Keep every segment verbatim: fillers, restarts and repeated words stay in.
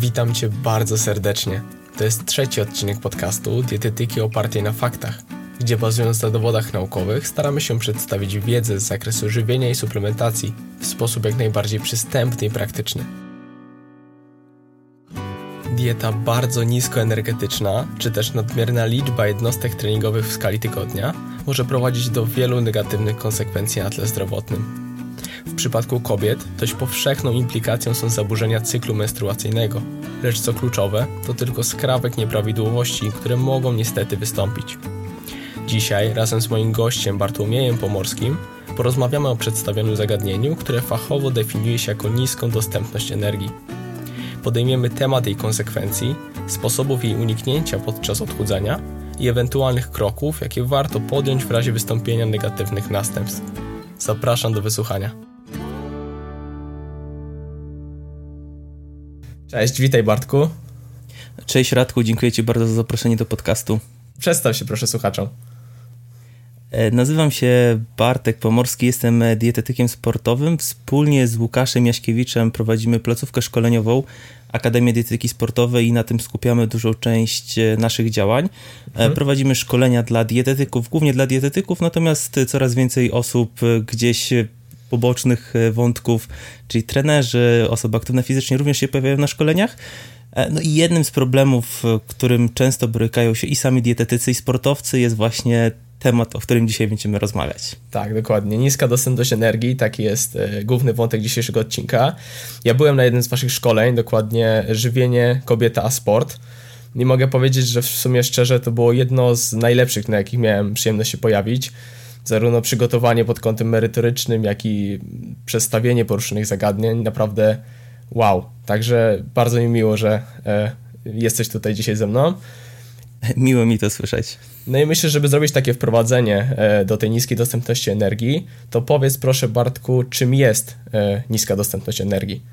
Witam Cię bardzo serdecznie. To jest trzeci odcinek podcastu Dietetyki opartej na faktach, gdzie bazując na dowodach naukowych staramy się przedstawić wiedzę z zakresu żywienia i suplementacji w sposób jak najbardziej przystępny i praktyczny. Dieta bardzo niskoenergetyczna, czy też nadmierna liczba jednostek treningowych w skali tygodnia może prowadzić do wielu negatywnych konsekwencji na tle zdrowotnym. W przypadku kobiet dość powszechną implikacją są zaburzenia cyklu menstruacyjnego, lecz co kluczowe, to tylko skrawek nieprawidłowości, które mogą niestety wystąpić. Dzisiaj razem z moim gościem Bartłomiejem Pomorskim porozmawiamy o przedstawionym zagadnieniu, które fachowo definiuje się jako niską dostępność energii. Podejmiemy temat jej konsekwencji, sposobów jej uniknięcia podczas odchudzania i ewentualnych kroków, jakie warto podjąć w razie wystąpienia negatywnych następstw. Zapraszam do wysłuchania. Cześć, witaj Bartku. Cześć Radku, dziękuję Ci bardzo za zaproszenie do podcastu. Przedstaw się proszę słuchaczom. Nazywam się Bartek Pomorski, jestem dietetykiem sportowym. Wspólnie z Łukaszem Jaśkiewiczem prowadzimy placówkę szkoleniową Akademię Dietetyki Sportowej i na tym skupiamy dużą część naszych działań. Mhm. Prowadzimy szkolenia dla dietetyków, głównie dla dietetyków, natomiast coraz więcej osób gdzieś pobocznych wątków, czyli trenerzy, osoby aktywne fizycznie również się pojawiają na szkoleniach. No i jednym z problemów, którym często borykają się i sami dietetycy, i sportowcy, jest właśnie temat, o którym dzisiaj będziemy rozmawiać. Tak, dokładnie. Niska dostępność energii, taki jest e, główny wątek dzisiejszego odcinka. Ja byłem na jednym z waszych szkoleń, dokładnie żywienie, kobieta a sport. I mogę powiedzieć, że w sumie szczerze to było jedno z najlepszych, na jakich miałem przyjemność się pojawić. Zarówno przygotowanie pod kątem merytorycznym, jak i przedstawienie poruszonych zagadnień. Naprawdę wow. Także bardzo mi miło, że e, jesteś tutaj dzisiaj ze mną. Miło mi to słyszeć. No i myślę, żeby zrobić takie wprowadzenie e, do tej niskiej dostępności energii, to powiedz proszę Bartku, czym jest e, niska dostępność energii?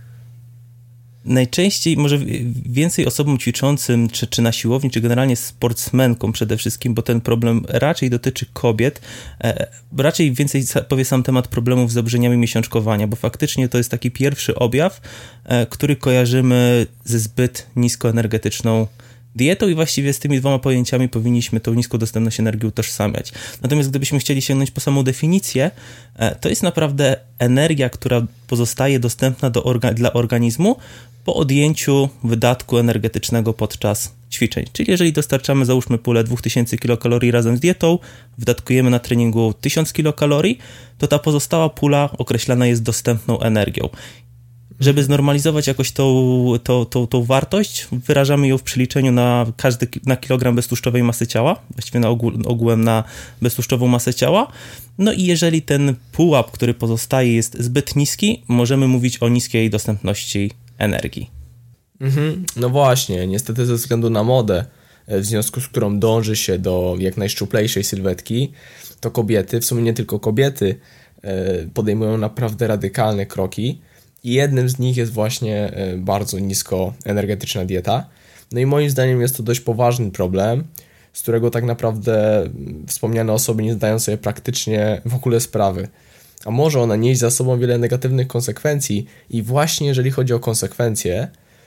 Najczęściej może więcej osobom ćwiczącym, czy, czy na siłowni, czy generalnie sportsmenkom przede wszystkim, bo ten problem raczej dotyczy kobiet, e, raczej więcej powie sam temat problemów z zaburzeniami miesiączkowania, bo faktycznie to jest taki pierwszy objaw, e, który kojarzymy ze zbyt niskoenergetyczną dietą i właściwie z tymi dwoma pojęciami powinniśmy tą niską dostępność energii utożsamiać. Natomiast gdybyśmy chcieli sięgnąć po samą definicję, to jest naprawdę energia, która pozostaje dostępna do orga- dla organizmu po odjęciu wydatku energetycznego podczas ćwiczeń. Czyli jeżeli dostarczamy, załóżmy, pulę dwa tysiące kilokalorii razem z dietą, wydatkujemy na treningu tysiąc kilokalorii, to ta pozostała pula określana jest dostępną energią. Żeby znormalizować jakoś tą, tą, tą, tą wartość, wyrażamy ją w przeliczeniu na każdy na kilogram beztłuszczowej masy ciała, właściwie na ogół, ogółem na beztłuszczową masę ciała. No i jeżeli ten pułap, który pozostaje, jest zbyt niski, możemy mówić o niskiej dostępności energii. Mhm. No właśnie, niestety ze względu na modę, w związku z którą dąży się do jak najszczuplejszej sylwetki, to kobiety, w sumie nie tylko kobiety, podejmują naprawdę radykalne kroki. I jednym z nich jest właśnie bardzo niskoenergetyczna dieta. No i moim zdaniem jest to dość poważny problem, z którego tak naprawdę wspomniane osoby nie zdają sobie praktycznie w ogóle sprawy. A może ona nieść za sobą wiele negatywnych konsekwencji i właśnie jeżeli chodzi o konsekwencje,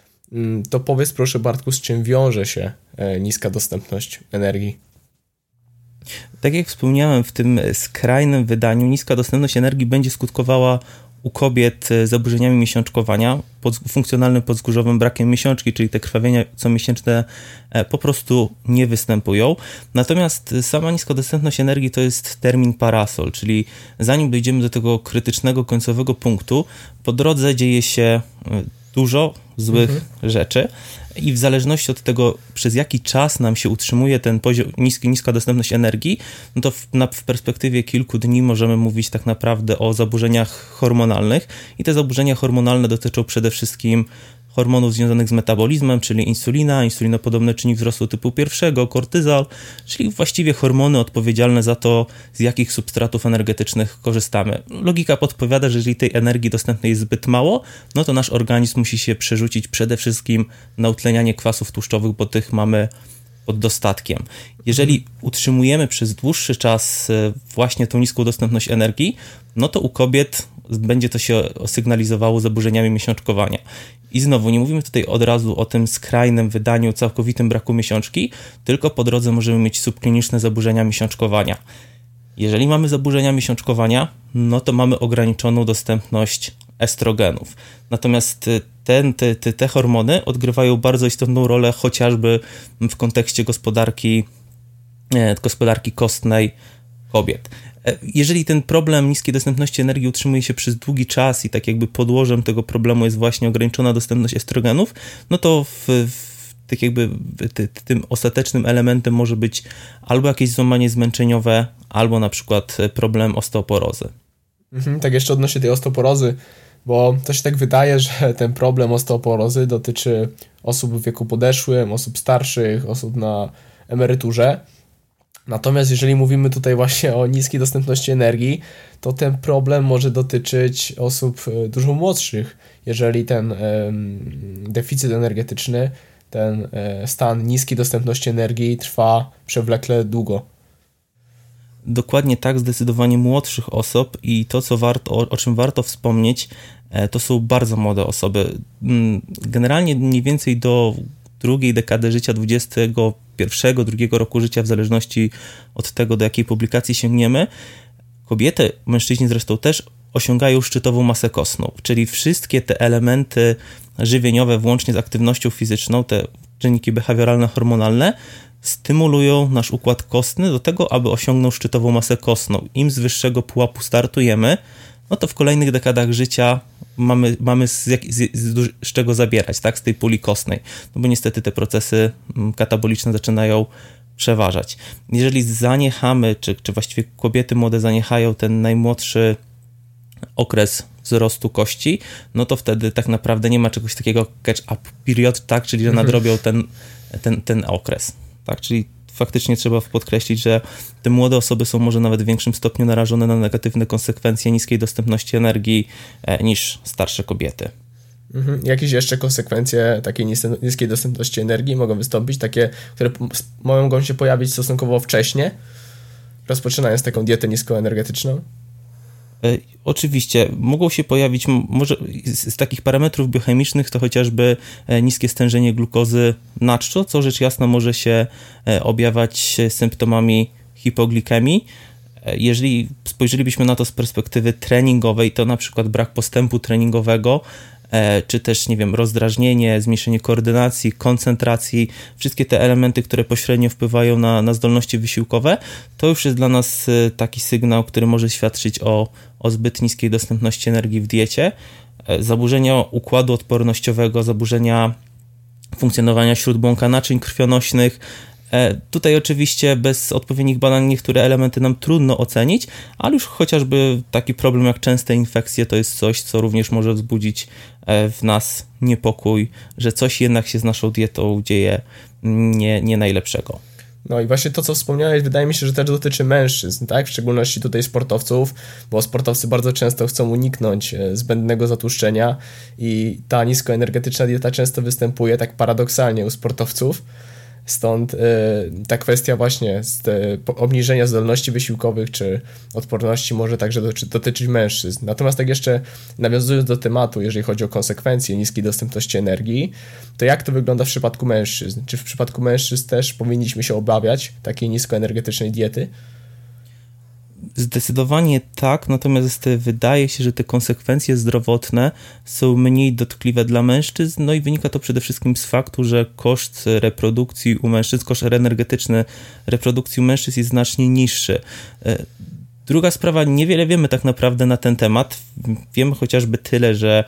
to powiedz proszę Bartku, z czym wiąże się niska dostępność energii? Tak jak wspomniałem, w tym skrajnym wydaniu niska dostępność energii będzie skutkowała u kobiet zaburzeniami miesiączkowania, pod, funkcjonalnym podzgórzowym brakiem miesiączki, czyli te krwawienia comiesięczne po prostu nie występują. Natomiast sama niskadostępność energii to jest termin parasol, czyli zanim dojdziemy do tego krytycznego, końcowego punktu, po drodze dzieje się dużo złych mhm. rzeczy i w zależności od tego, przez jaki czas nam się utrzymuje ten poziom, niski, niska dostępność energii, no to w, na, w perspektywie kilku dni możemy mówić tak naprawdę o zaburzeniach hormonalnych i te zaburzenia hormonalne dotyczą przede wszystkim hormonów związanych z metabolizmem, czyli insulina, insulinopodobny czynnik wzrostu typu pierwszego, kortyzol, czyli właściwie hormony odpowiedzialne za to, z jakich substratów energetycznych korzystamy. Logika podpowiada, że jeżeli tej energii dostępnej jest zbyt mało, no to nasz organizm musi się przerzucić przede wszystkim na utlenianie kwasów tłuszczowych, bo tych mamy pod dostatkiem. Jeżeli utrzymujemy przez dłuższy czas właśnie tą niską dostępność energii, no to u kobiet będzie to się sygnalizowało zaburzeniami miesiączkowania. I znowu, nie mówimy tutaj od razu o tym skrajnym wydaniu, całkowitym braku miesiączki, tylko po drodze możemy mieć subkliniczne zaburzenia miesiączkowania. Jeżeli mamy zaburzenia miesiączkowania, no to mamy ograniczoną dostępność estrogenów. Natomiast ten, te, te, te hormony odgrywają bardzo istotną rolę chociażby w kontekście gospodarki, gospodarki kostnej kobiet. Jeżeli ten problem niskiej dostępności energii utrzymuje się przez długi czas i tak jakby podłożem tego problemu jest właśnie ograniczona dostępność estrogenów, no to w, w, tak jakby ty, tym ostatecznym elementem może być albo jakieś złamanie zmęczeniowe, albo na przykład problem osteoporozy. Mhm, tak jeszcze odnośnie tej osteoporozy, bo to się tak wydaje, że ten problem osteoporozy dotyczy osób w wieku podeszłym, osób starszych, osób na emeryturze. Natomiast jeżeli mówimy tutaj właśnie o niskiej dostępności energii, to ten problem może dotyczyć osób dużo młodszych, jeżeli ten e, deficyt energetyczny, ten e, stan niskiej dostępności energii trwa przewlekle długo. Dokładnie tak, zdecydowanie młodszych osób i to, co warto, o, o czym warto wspomnieć, e, to są bardzo młode osoby. Generalnie mniej więcej do drugiej dekady życia, dwudziestego pierwszego, drugiego roku życia, w zależności od tego, do jakiej publikacji sięgniemy, kobiety, mężczyźni zresztą też, osiągają szczytową masę kostną, czyli wszystkie te elementy żywieniowe, włącznie z aktywnością fizyczną, te czynniki behawioralne, hormonalne, stymulują nasz układ kostny do tego, aby osiągnął szczytową masę kostną. Im z wyższego pułapu startujemy, no to w kolejnych dekadach życia mamy, mamy z, jak, z, z, z czego zabierać, tak, z tej puli kostnej, no bo niestety te procesy kataboliczne zaczynają przeważać. Jeżeli zaniechamy, czy, czy właściwie kobiety młode zaniechają ten najmłodszy okres wzrostu kości, no to wtedy tak naprawdę nie ma czegoś takiego catch-up period, tak, czyli że nadrobią ten, ten, ten okres, tak, czyli faktycznie trzeba podkreślić, że te młode osoby są może nawet w większym stopniu narażone na negatywne konsekwencje niskiej dostępności energii e, niż starsze kobiety. Mhm. Jakieś jeszcze konsekwencje takiej niskiej dostępności energii mogą wystąpić, takie, które mogą się pojawić stosunkowo wcześnie, rozpoczynając taką dietę niskoenergetyczną? E, oczywiście, mogą się pojawić, może z, z takich parametrów biochemicznych to chociażby e, niskie stężenie glukozy na czczo, co rzecz jasna może się e, objawiać symptomami hipoglikemii. E, jeżeli spojrzelibyśmy na to z perspektywy treningowej, to na przykład brak postępu treningowego, e, czy też, nie wiem, rozdrażnienie, zmniejszenie koordynacji, koncentracji, wszystkie te elementy, które pośrednio wpływają na, na zdolności wysiłkowe, to już jest dla nas e, taki sygnał, który może świadczyć o o zbyt niskiej dostępności energii w diecie, zaburzenia układu odpornościowego, zaburzenia funkcjonowania śródbłąka naczyń krwionośnych. Tutaj oczywiście bez odpowiednich badań niektóre elementy nam trudno ocenić, ale już chociażby taki problem jak częste infekcje to jest coś, co również może wzbudzić w nas niepokój, że coś jednak się z naszą dietą dzieje nie, nie najlepszego. No i właśnie to, co wspomniałeś, wydaje mi się, że też dotyczy mężczyzn, tak? W szczególności tutaj sportowców, bo sportowcy bardzo często chcą uniknąć zbędnego zatłuszczenia i ta niskoenergetyczna dieta często występuje tak paradoksalnie u sportowców. Stąd y, ta kwestia właśnie z te, obniżenia zdolności wysiłkowych czy odporności może także dotyczy, dotyczyć mężczyzn. Natomiast tak jeszcze nawiązując do tematu, jeżeli chodzi o konsekwencje niskiej dostępności energii, to jak to wygląda w przypadku mężczyzn? Czy w przypadku mężczyzn też powinniśmy się obawiać takiej niskoenergetycznej diety? Zdecydowanie tak, natomiast wydaje się, że te konsekwencje zdrowotne są mniej dotkliwe dla mężczyzn, no i wynika to przede wszystkim z faktu, że koszt reprodukcji u mężczyzn, koszt energetyczny reprodukcji u mężczyzn jest znacznie niższy. Druga sprawa, niewiele wiemy tak naprawdę na ten temat. Wiemy chociażby tyle, że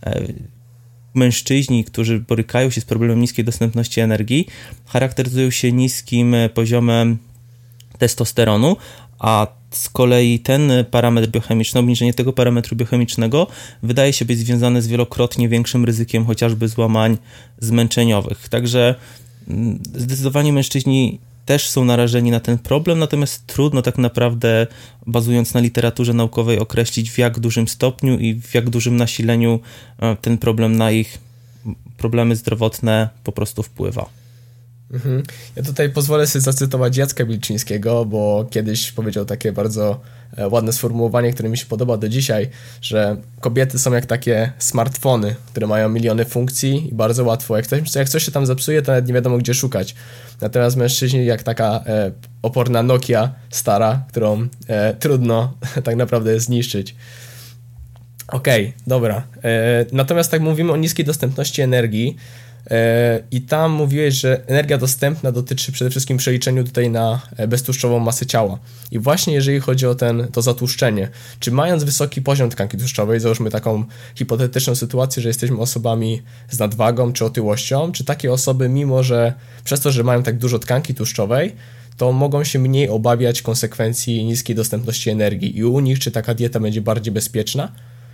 mężczyźni, którzy borykają się z problemem niskiej dostępności energii, charakteryzują się niskim poziomem testosteronu, a z kolei ten parametr biochemiczny, obniżenie tego parametru biochemicznego wydaje się być związane z wielokrotnie większym ryzykiem chociażby złamań zmęczeniowych. Także zdecydowanie mężczyźni też są narażeni na ten problem, natomiast trudno tak naprawdę, bazując na literaturze naukowej, określić w jak dużym stopniu i w jak dużym nasileniu ten problem na ich problemy zdrowotne po prostu wpływa. Mhm. Ja tutaj pozwolę sobie zacytować Jacka Wilczyńskiego, bo kiedyś powiedział takie bardzo ładne sformułowanie, które mi się podoba do dzisiaj, że kobiety są jak takie smartfony, które mają miliony funkcji i bardzo łatwo, jak coś, jak coś się tam zepsuje, to nawet nie wiadomo gdzie szukać. Natomiast mężczyźni jak taka e, oporna Nokia stara, którą e, trudno tak naprawdę zniszczyć. Okej, okay, dobra. E, natomiast tak mówimy o niskiej dostępności energii, i tam mówiłeś, że energia dostępna dotyczy przede wszystkim przeliczeniu tutaj na beztłuszczową masę ciała. I właśnie jeżeli chodzi o ten, to zatłuszczenie, czy mając wysoki poziom tkanki tłuszczowej, załóżmy taką hipotetyczną sytuację, że jesteśmy osobami z nadwagą czy otyłością, czy takie osoby, mimo że przez to, że mają tak dużo tkanki tłuszczowej, to mogą się mniej obawiać konsekwencji niskiej dostępności energii i u nich czy taka dieta będzie bardziej bezpieczna?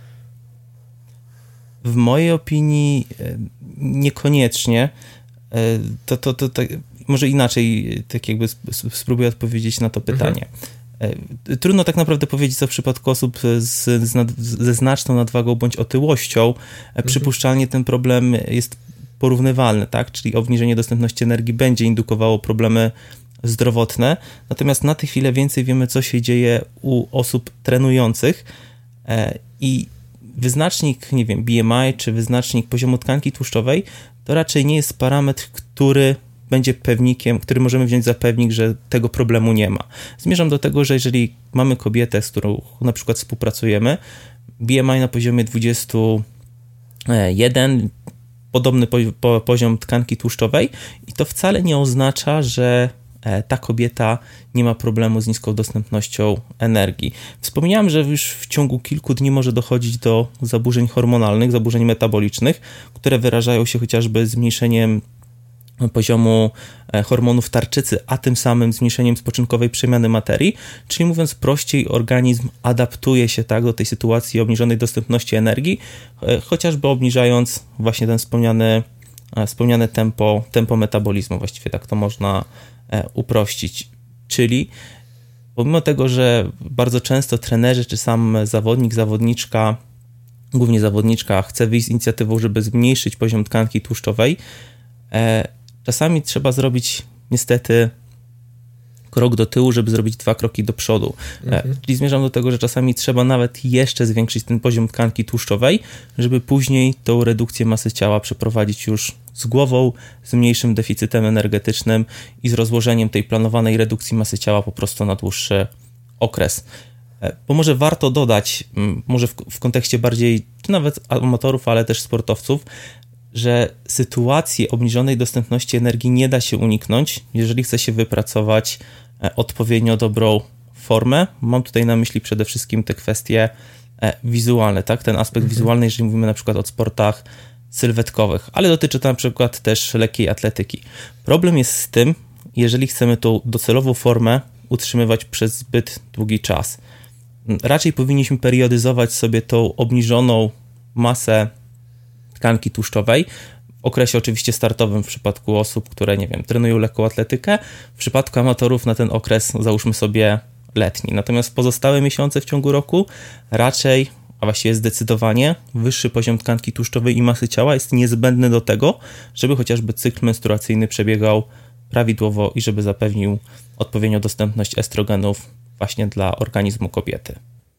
W mojej opinii niekoniecznie. To, to, to, to może inaczej tak jakby spróbuję odpowiedzieć na to pytanie. Mhm. Trudno tak naprawdę powiedzieć, co w przypadku osób z, z nad, ze znaczną nadwagą bądź otyłością. Mhm. Przypuszczalnie ten problem jest porównywalny, tak? Czyli obniżenie dostępności energii będzie indukowało problemy zdrowotne. Natomiast na tę chwilę więcej wiemy, co się dzieje u osób trenujących i wyznacznik, nie wiem, B M I czy wyznacznik poziomu tkanki tłuszczowej to raczej nie jest parametr, który będzie pewnikiem, który możemy wziąć za pewnik, że tego problemu nie ma. Zmierzam do tego, że jeżeli mamy kobietę, z którą na przykład współpracujemy, B M I na poziomie dwadzieścia jeden, podobny po, po, poziom tkanki tłuszczowej i to wcale nie oznacza, że ta kobieta nie ma problemu z niską dostępnością energii. Wspomniałem, że już w ciągu kilku dni może dochodzić do zaburzeń hormonalnych, zaburzeń metabolicznych, które wyrażają się chociażby zmniejszeniem poziomu hormonów tarczycy, a tym samym zmniejszeniem spoczynkowej przemiany materii, czyli mówiąc prościej, organizm adaptuje się tak do tej sytuacji obniżonej dostępności energii, chociażby obniżając właśnie ten wspomniany, wspomniane tempo, tempo metabolizmu, właściwie tak to można uprościć. Czyli pomimo tego, że bardzo często trenerzy czy sam zawodnik, zawodniczka, głównie zawodniczka chce wyjść z inicjatywą, żeby zmniejszyć poziom tkanki tłuszczowej, czasami trzeba zrobić niestety krok do tyłu, żeby zrobić dwa kroki do przodu. Mhm. Czyli zmierzam do tego, że czasami trzeba nawet jeszcze zwiększyć ten poziom tkanki tłuszczowej, żeby później tą redukcję masy ciała przeprowadzić już z głową, z mniejszym deficytem energetycznym i z rozłożeniem tej planowanej redukcji masy ciała po prostu na dłuższy okres. Bo może warto dodać, może w, w kontekście bardziej czy nawet amatorów, ale też sportowców, że sytuacji obniżonej dostępności energii nie da się uniknąć, jeżeli chce się wypracować odpowiednio dobrą formę. Mam tutaj na myśli przede wszystkim te kwestie wizualne, tak? Ten aspekt mhm. wizualny, jeżeli mówimy na przykład o sportach sylwetkowych, ale dotyczy to na przykład też lekkiej atletyki. Problem jest z tym, jeżeli chcemy tą docelową formę utrzymywać przez zbyt długi czas. Raczej powinniśmy periodyzować sobie tą obniżoną masę tkanki tłuszczowej w okresie oczywiście startowym w przypadku osób, które, nie wiem, trenują lekką atletykę, w przypadku amatorów na ten okres załóżmy sobie letni. Natomiast w pozostałe miesiące w ciągu roku raczej, a właściwie zdecydowanie wyższy poziom tkanki tłuszczowej i masy ciała jest niezbędny do tego, żeby chociażby cykl menstruacyjny przebiegał prawidłowo i żeby zapewnił odpowiednią dostępność estrogenów właśnie dla organizmu kobiety.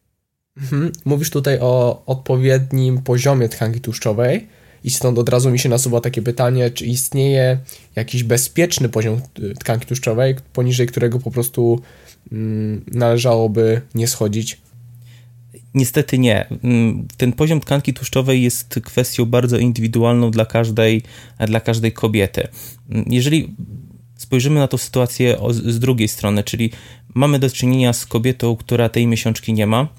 Mhm. Mówisz tutaj o odpowiednim poziomie tkanki tłuszczowej i stąd od razu mi się nasuwa takie pytanie, czy istnieje jakiś bezpieczny poziom tkanki tłuszczowej, poniżej którego po prostu mm, należałoby nie schodzić? Niestety nie. Ten poziom tkanki tłuszczowej jest kwestią bardzo indywidualną dla każdej, dla każdej kobiety. Jeżeli spojrzymy na tę sytuację z drugiej strony, czyli mamy do czynienia z kobietą, która tej miesiączki nie ma,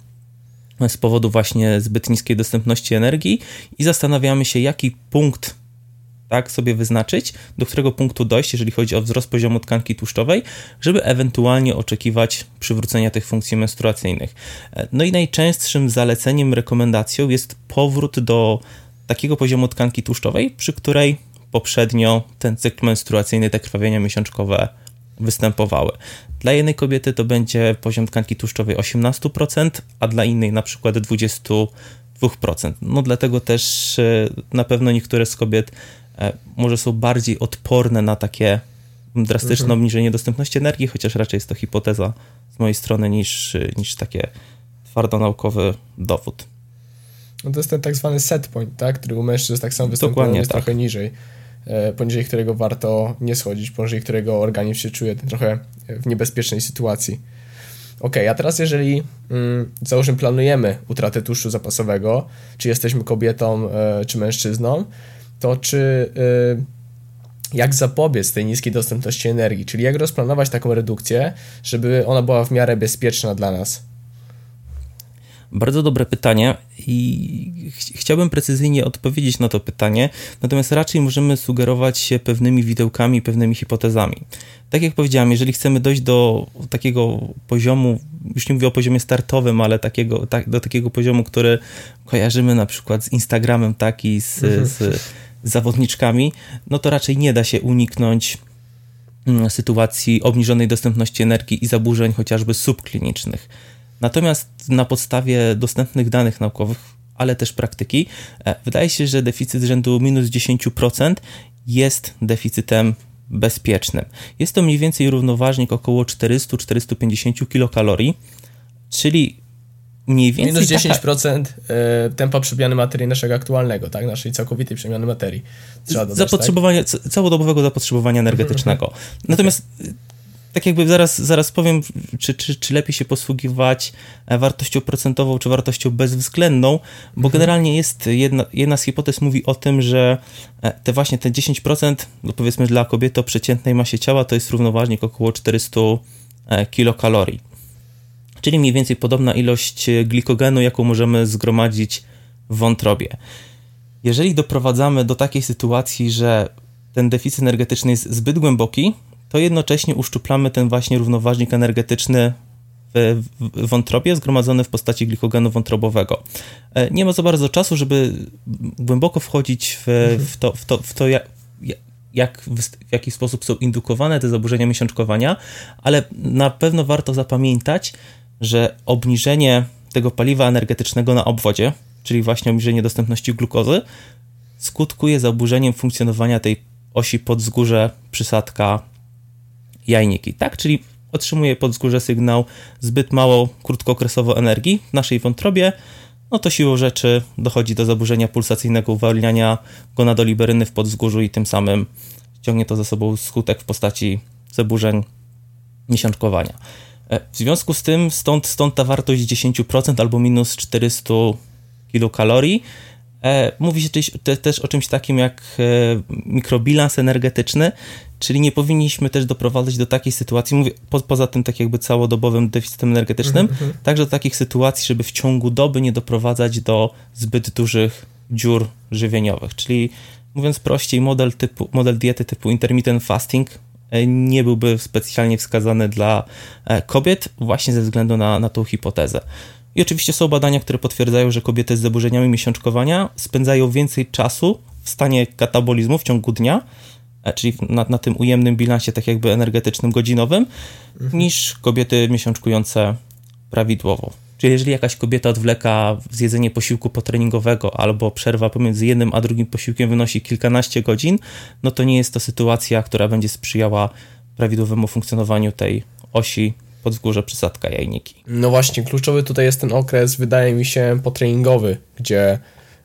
z powodu właśnie zbyt niskiej dostępności energii i zastanawiamy się, jaki punkt tak sobie wyznaczyć, do którego punktu dojść, jeżeli chodzi o wzrost poziomu tkanki tłuszczowej, żeby ewentualnie oczekiwać przywrócenia tych funkcji menstruacyjnych. No i najczęstszym zaleceniem, rekomendacją jest powrót do takiego poziomu tkanki tłuszczowej, przy której poprzednio ten cykl menstruacyjny, te krwawienia miesiączkowe występowały. Dla jednej kobiety to będzie poziom tkanki tłuszczowej osiemnaście procent, a dla innej na przykład dwadzieścia dwa procent. No dlatego też na pewno niektóre z kobiet może są bardziej odporne na takie drastyczne mhm. obniżenie dostępności energii, chociaż raczej jest to hipoteza z mojej strony niż, niż takie twardo naukowy dowód. No to jest ten tak zwany set point, tak? Który u mężczyzn tak samo występuje, jest tak. trochę niżej, poniżej którego warto nie schodzić, poniżej którego organizm się czuje trochę w niebezpiecznej sytuacji. Ok, a teraz jeżeli mm, załóżmy planujemy utratę tłuszczu zapasowego, czy jesteśmy kobietą, y, czy mężczyzną, to czy y, jak zapobiec tej niskiej dostępności energii, czyli jak rozplanować taką redukcję, żeby ona była w miarę bezpieczna dla nas? Bardzo dobre pytanie i ch- chciałbym precyzyjnie odpowiedzieć na to pytanie, natomiast raczej możemy sugerować się pewnymi widełkami, pewnymi hipotezami. Tak jak powiedziałem, jeżeli chcemy dojść do takiego poziomu, już nie mówię o poziomie startowym, ale takiego, tak, do takiego poziomu, który kojarzymy na przykład z Instagramem, tak i z, z, z zawodniczkami, no to raczej nie da się uniknąć sytuacji obniżonej dostępności energii i zaburzeń chociażby subklinicznych. Natomiast na podstawie dostępnych danych naukowych, ale też praktyki, wydaje się, że deficyt rzędu minus dziesięć procent jest deficytem bezpiecznym. Jest to mniej więcej równoważnik około czterysta do czterystu pięćdziesięciu kilokalorii, czyli mniej więcej minus dziesięć procent taka... tempa przemiany materii naszego aktualnego, tak? Naszej całkowitej przemiany materii. Trzeba dodać, zapotrzebowania, tak? Całodobowego zapotrzebowania energetycznego. Natomiast tak jakby zaraz, zaraz powiem, czy, czy, czy lepiej się posługiwać wartością procentową, czy wartością bezwzględną, bo mhm. generalnie jest jedna, jedna z hipotez mówi o tym, że te właśnie te dziesięć procent, no powiedzmy dla kobiety o przeciętnej masie ciała, to jest równoważnik około czterysta kilokalorii. Czyli mniej więcej podobna ilość glikogenu, jaką możemy zgromadzić w wątrobie. Jeżeli doprowadzamy do takiej sytuacji, że ten deficyt energetyczny jest zbyt głęboki, to jednocześnie uszczuplamy ten właśnie równoważnik energetyczny w, w wątrobie zgromadzony w postaci glikogenu wątrobowego. Nie ma za bardzo czasu, żeby głęboko wchodzić w, mhm. w to, w to, w to jak, jak, w jaki sposób są indukowane te zaburzenia miesiączkowania, ale na pewno warto zapamiętać, że obniżenie tego paliwa energetycznego na obwodzie, czyli właśnie obniżenie dostępności glukozy, skutkuje zaburzeniem funkcjonowania tej osi podzgórze, przysadka, jajniki, tak? Czyli otrzymuje podzgórze sygnał zbyt mało krótkookresowo energii w naszej wątrobie, no to siłą rzeczy dochodzi do zaburzenia pulsacyjnego uwalniania gonadoliberyny w podzgórzu i tym samym ciągnie to za sobą skutek w postaci zaburzeń miesiączkowania. W związku z tym stąd, stąd ta wartość dziesięć procent albo minus czterysta kilokalorii. Mówi się też, też o czymś takim jak mikrobilans energetyczny, czyli nie powinniśmy też doprowadzać do takiej sytuacji, mówię po, poza tym tak jakby całodobowym deficytem energetycznym, mm-hmm. także do takich sytuacji, żeby w ciągu doby nie doprowadzać do zbyt dużych dziur żywieniowych. Czyli mówiąc prościej, model, typu, model diety typu intermittent fasting nie byłby specjalnie wskazany dla kobiet właśnie ze względu na, na tą hipotezę. I oczywiście są badania, które potwierdzają, że kobiety z zaburzeniami miesiączkowania spędzają więcej czasu w stanie katabolizmu w ciągu dnia, czyli na, na tym ujemnym bilansie tak jakby energetycznym godzinowym, mhm. niż kobiety miesiączkujące prawidłowo. Czyli jeżeli jakaś kobieta odwleka zjedzenie posiłku potreningowego albo przerwa pomiędzy jednym a drugim posiłkiem wynosi kilkanaście godzin, no to nie jest to sytuacja, która będzie sprzyjała prawidłowemu funkcjonowaniu tej osi podzgórze, przysadka, jajniki. No właśnie, kluczowy tutaj jest ten okres, wydaje mi się, potreningowy, gdzie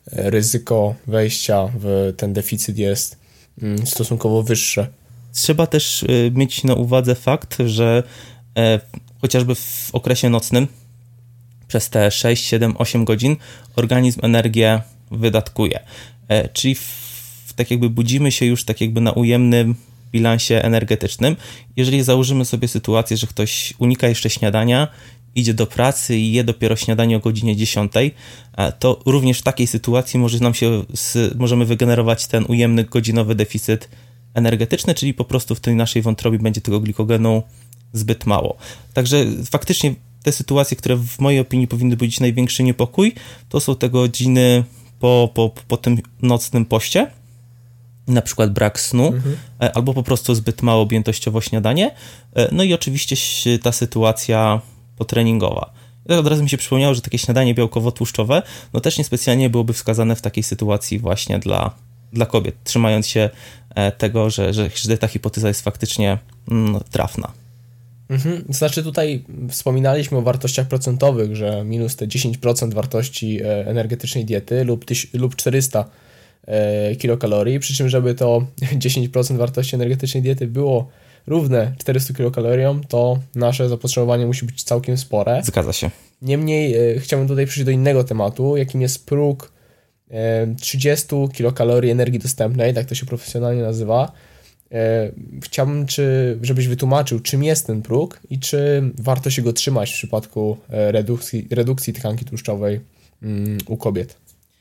ryzyko wejścia w ten deficyt jest stosunkowo wyższe. Trzeba też mieć na uwadze fakt, że chociażby w okresie nocnym przez te sześć, siedem, osiem godzin organizm energię wydatkuje. Czyli w, tak jakby budzimy się już tak jakby na ujemnym bilansie energetycznym. Jeżeli założymy sobie sytuację, że ktoś unika jeszcze śniadania, idzie do pracy i je dopiero śniadanie o godzinie dziesiątej, to również w takiej sytuacji może nam się, możemy wygenerować ten ujemny godzinowy deficyt energetyczny, czyli po prostu w tej naszej wątrobie będzie tego glikogenu zbyt mało. Także faktycznie te sytuacje, które w mojej opinii powinny budzić największy niepokój, to są te godziny po, po, po tym nocnym poście, na przykład brak snu, mhm. albo po prostu zbyt mało objętościowo śniadanie, no i oczywiście ta sytuacja potreningowa. Od razu mi się przypomniało, że takie śniadanie białkowo-tłuszczowe no też niespecjalnie byłoby wskazane w takiej sytuacji właśnie dla, dla kobiet, trzymając się tego, że, że, że ta hipoteza jest faktycznie mm, trafna. Mhm. Znaczy tutaj wspominaliśmy o wartościach procentowych, że minus te dziesięć procent wartości energetycznej diety lub, tyś, lub czterysta kilokalorii, przy czym żeby to dziesięć procent wartości energetycznej diety było równe czterystu kilokaloriom, to nasze zapotrzebowanie musi być całkiem spore. Zgadza się. Niemniej e, chciałbym tutaj przejść do innego tematu, jakim jest próg e, trzydzieści kilokalorii energii dostępnej, tak to się profesjonalnie nazywa. E, chciałbym, czy, żebyś wytłumaczył, czym jest ten próg i czy warto się go trzymać w przypadku e, redukcji, redukcji tkanki tłuszczowej mm, u kobiet.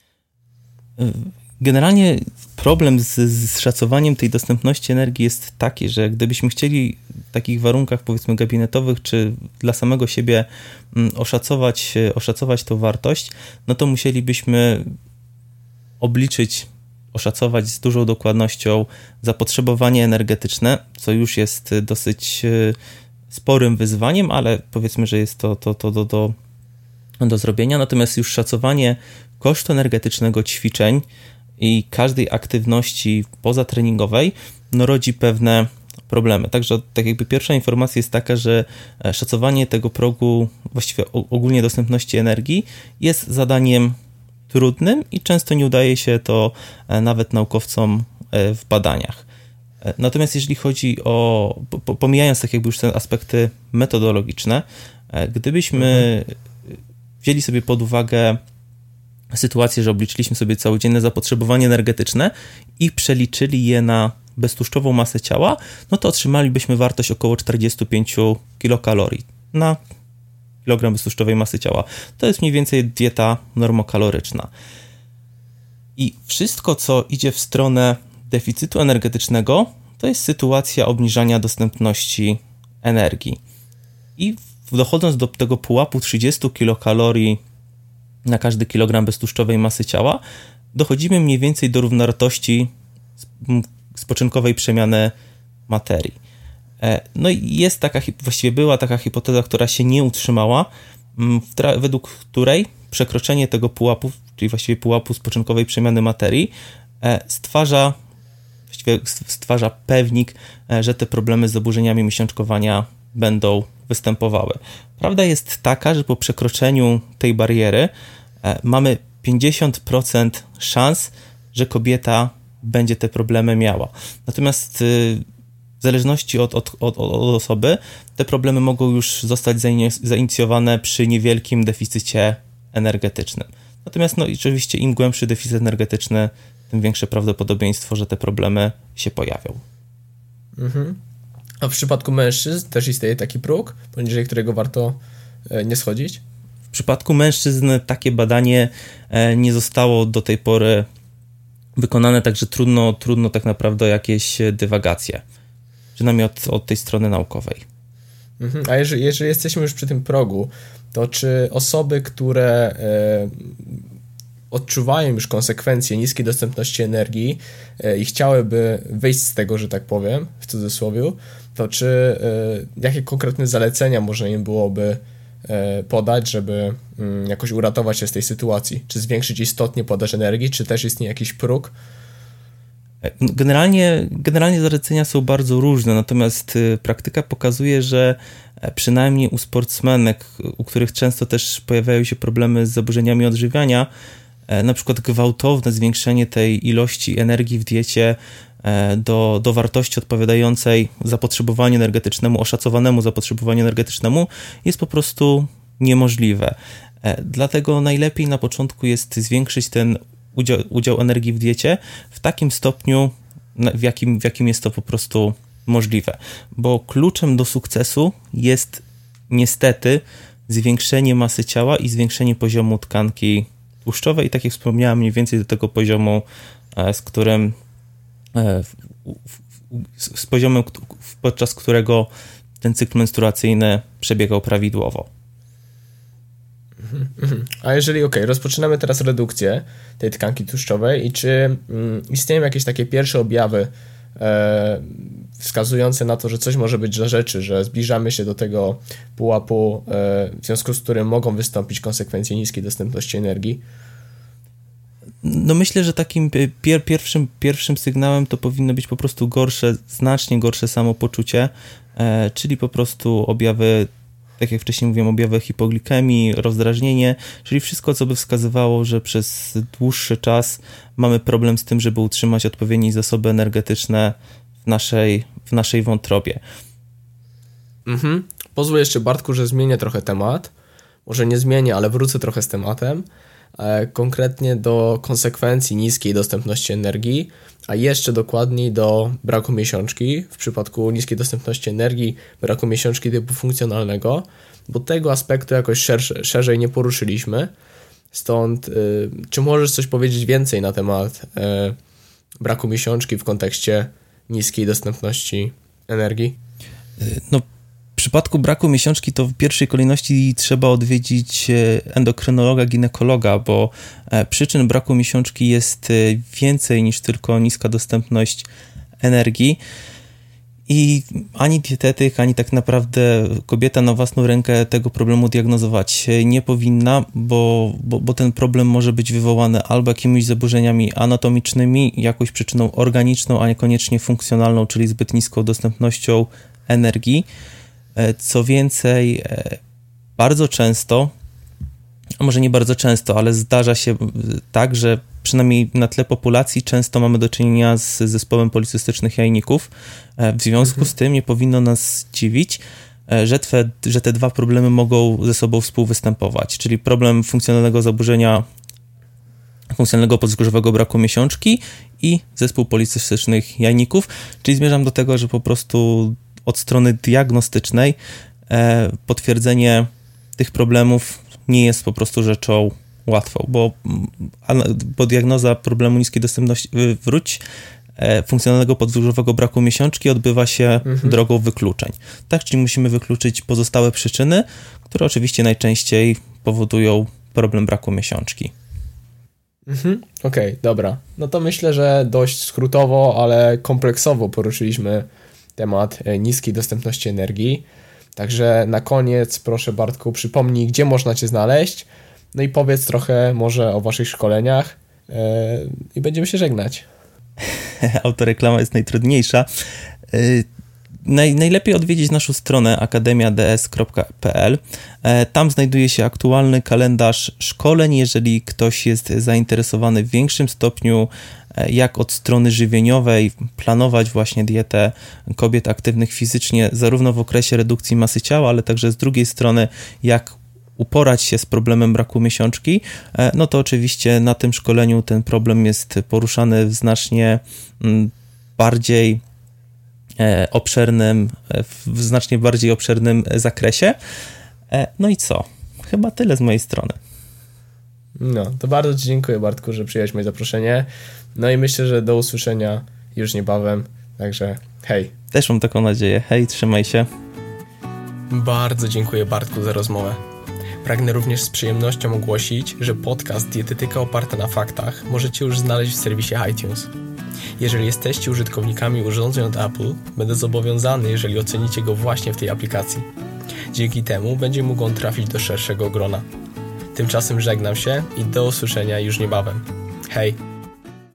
Generalnie problem z, z szacowaniem tej dostępności energii jest taki, że gdybyśmy chcieli w takich warunkach, powiedzmy, gabinetowych, czy dla samego siebie oszacować, oszacować tą wartość, no to musielibyśmy obliczyć, oszacować z dużą dokładnością zapotrzebowanie energetyczne, co już jest dosyć sporym wyzwaniem, ale powiedzmy, że jest to, to, to do, do, do zrobienia. Natomiast już szacowanie kosztu energetycznego ćwiczeń i każdej aktywności pozatreningowej no, rodzi pewne problemy. Także tak jakby pierwsza informacja jest taka, że szacowanie tego progu, właściwie ogólnie dostępności energii jest zadaniem trudnym i często nie udaje się to nawet naukowcom w badaniach. Natomiast jeżeli chodzi o, pomijając tak jakby już te aspekty metodologiczne, gdybyśmy wzięli sobie pod uwagę sytuację, że obliczyliśmy sobie całodzienne zapotrzebowanie energetyczne i przeliczyli je na beztłuszczową masę ciała, no to otrzymalibyśmy wartość około czterdzieści pięć kilokalorii na kilogram beztłuszczowej masy ciała. To jest mniej więcej dieta normokaloryczna. I wszystko, co idzie w stronę deficytu energetycznego, to jest sytuacja obniżania dostępności energii. I dochodząc do tego pułapu trzydzieści kilokalorii na każdy kilogram beztłuszczowej masy ciała, dochodzimy mniej więcej do równowartości spoczynkowej przemiany materii. No i jest taka, właściwie była taka hipoteza, która się nie utrzymała, według której przekroczenie tego pułapu, czyli właściwie pułapu spoczynkowej przemiany materii, stwarza, właściwie stwarza pewnik, że te problemy z zaburzeniami miesiączkowania będą występowały. Prawda jest taka, że po przekroczeniu tej bariery mamy pięćdziesiąt procent szans, że kobieta będzie te problemy miała. Natomiast w zależności od, od, od, od osoby te problemy mogą już zostać zainicjowane przy niewielkim deficycie energetycznym. Natomiast no, oczywiście im głębszy deficyt energetyczny, tym większe prawdopodobieństwo, że te problemy się pojawią. Mhm. A w przypadku mężczyzn też istnieje taki próg, poniżej którego warto nie schodzić? W przypadku mężczyzn takie badanie nie zostało do tej pory wykonane, także trudno, trudno tak naprawdę o jakieś dywagacje, przynajmniej od, od tej strony naukowej. Mhm. A jeżeli, jeżeli jesteśmy już przy tym progu, to czy osoby, które e, odczuwają już konsekwencje niskiej dostępności energii e, i chciałyby wyjść z tego, że tak powiem, w cudzysłowie, to czy e, jakie konkretne zalecenia można im byłoby e, podać, żeby mm, jakoś uratować się z tej sytuacji? Czy zwiększyć istotnie podaż energii, czy też istnieje jakiś próg? Generalnie, generalnie zalecenia są bardzo różne, natomiast praktyka pokazuje, że przynajmniej u sportsmenek, u których często też pojawiają się problemy z zaburzeniami odżywiania, na przykład gwałtowne zwiększenie tej ilości energii w diecie do, do wartości odpowiadającej zapotrzebowaniu energetycznemu, oszacowanemu zapotrzebowaniu energetycznemu jest po prostu niemożliwe. Dlatego najlepiej na początku jest zwiększyć ten udział, udział energii w diecie w takim stopniu, w jakim, w jakim jest to po prostu możliwe. Bo kluczem do sukcesu jest niestety zwiększenie masy ciała i zwiększenie poziomu tkanki tłuszczowej i tak jak wspomniałem, mniej więcej do tego poziomu, z którym z poziomem, podczas którego ten cykl menstruacyjny przebiegał prawidłowo. A jeżeli, okej, okay, rozpoczynamy teraz redukcję tej tkanki tłuszczowej i czy mm, istnieją jakieś takie pierwsze objawy e, wskazujące na to, że coś może być za rzeczy, że zbliżamy się do tego pułapu, e, w związku z którym mogą wystąpić konsekwencje niskiej dostępności energii? No myślę, że takim pier- pierwszym, pierwszym sygnałem to powinno być po prostu gorsze, znacznie gorsze samopoczucie, e, czyli po prostu objawy, tak jak wcześniej mówiłem, objawy hipoglikemii, rozdrażnienie, czyli wszystko, co by wskazywało, że przez dłuższy czas mamy problem z tym, żeby utrzymać odpowiednie zasoby energetyczne w naszej, w naszej wątrobie. Mhm. Pozwól jeszcze, Bartku, że zmienię trochę temat. Może nie zmienię, ale wrócę trochę z tematem. E, konkretnie do konsekwencji niskiej dostępności energii, a jeszcze dokładniej do braku miesiączki. W przypadku niskiej dostępności energii, braku miesiączki typu funkcjonalnego, bo tego aspektu jakoś szersze, szerzej nie poruszyliśmy. Stąd, y, czy możesz coś powiedzieć więcej na temat y, braku miesiączki w kontekście niskiej dostępności energii? No, w przypadku braku miesiączki to w pierwszej kolejności trzeba odwiedzić endokrynologa, ginekologa, bo przyczyn braku miesiączki jest więcej niż tylko niska dostępność energii i ani dietetyk, ani tak naprawdę kobieta na własną rękę tego problemu diagnozować nie powinna, bo, bo, bo ten problem może być wywołany albo jakimiś zaburzeniami anatomicznymi, jakąś przyczyną organiczną, a niekoniecznie funkcjonalną, czyli zbyt niską dostępnością energii. Co więcej, bardzo często, a może nie bardzo często, ale zdarza się tak, że przynajmniej na tle populacji często mamy do czynienia z zespołem policystycznych jajników. W związku z tym nie powinno nas dziwić, że te, że te dwa problemy mogą ze sobą współwystępować, czyli problem funkcjonalnego zaburzenia, funkcjonalnego podzgórzowego braku miesiączki i zespół policystycznych jajników, czyli zmierzam do tego, że po prostu od strony diagnostycznej e, potwierdzenie tych problemów nie jest po prostu rzeczą łatwą, bo, bo diagnoza problemu niskiej dostępności wróć e, funkcjonalnego podzgórzowego braku miesiączki odbywa się mhm. drogą wykluczeń. Tak, czyli musimy wykluczyć pozostałe przyczyny, które oczywiście najczęściej powodują problem braku miesiączki. Mhm. Okej, okay, dobra. No to myślę, że dość skrótowo, ale kompleksowo poruszyliśmy temat niskiej dostępności energii. Także na koniec, proszę Bartku, przypomnij, gdzie można Cię znaleźć, no i powiedz trochę może o Waszych szkoleniach yy, i będziemy się żegnać. Autoreklama jest najtrudniejsza. Yy, naj, najlepiej odwiedzić naszą stronę akademia d s kropka p l. Yy, tam znajduje się aktualny kalendarz szkoleń. Jeżeli ktoś jest zainteresowany w większym stopniu, jak od strony żywieniowej planować właśnie dietę kobiet aktywnych fizycznie, zarówno w okresie redukcji masy ciała, ale także z drugiej strony, jak uporać się z problemem braku miesiączki, no to oczywiście na tym szkoleniu ten problem jest poruszany w znacznie bardziej obszernym, w znacznie bardziej obszernym zakresie. No i co? Chyba tyle z mojej strony. No, to bardzo Ci dziękuję, Bartku, że przyjąłeś moje zaproszenie. No i myślę, że do usłyszenia już niebawem. Także hej. Też mam taką nadzieję. Hej, trzymaj się. Bardzo dziękuję, Bartku, za rozmowę. Pragnę również z przyjemnością ogłosić, że podcast Dietetyka oparta na faktach możecie już znaleźć w serwisie iTunes. Jeżeli jesteście użytkownikami urządzeń od Apple, będę zobowiązany, jeżeli ocenicie go właśnie w tej aplikacji. Dzięki temu będzie mógł on trafić do szerszego grona. Tymczasem żegnam się i do usłyszenia już niebawem. Hej!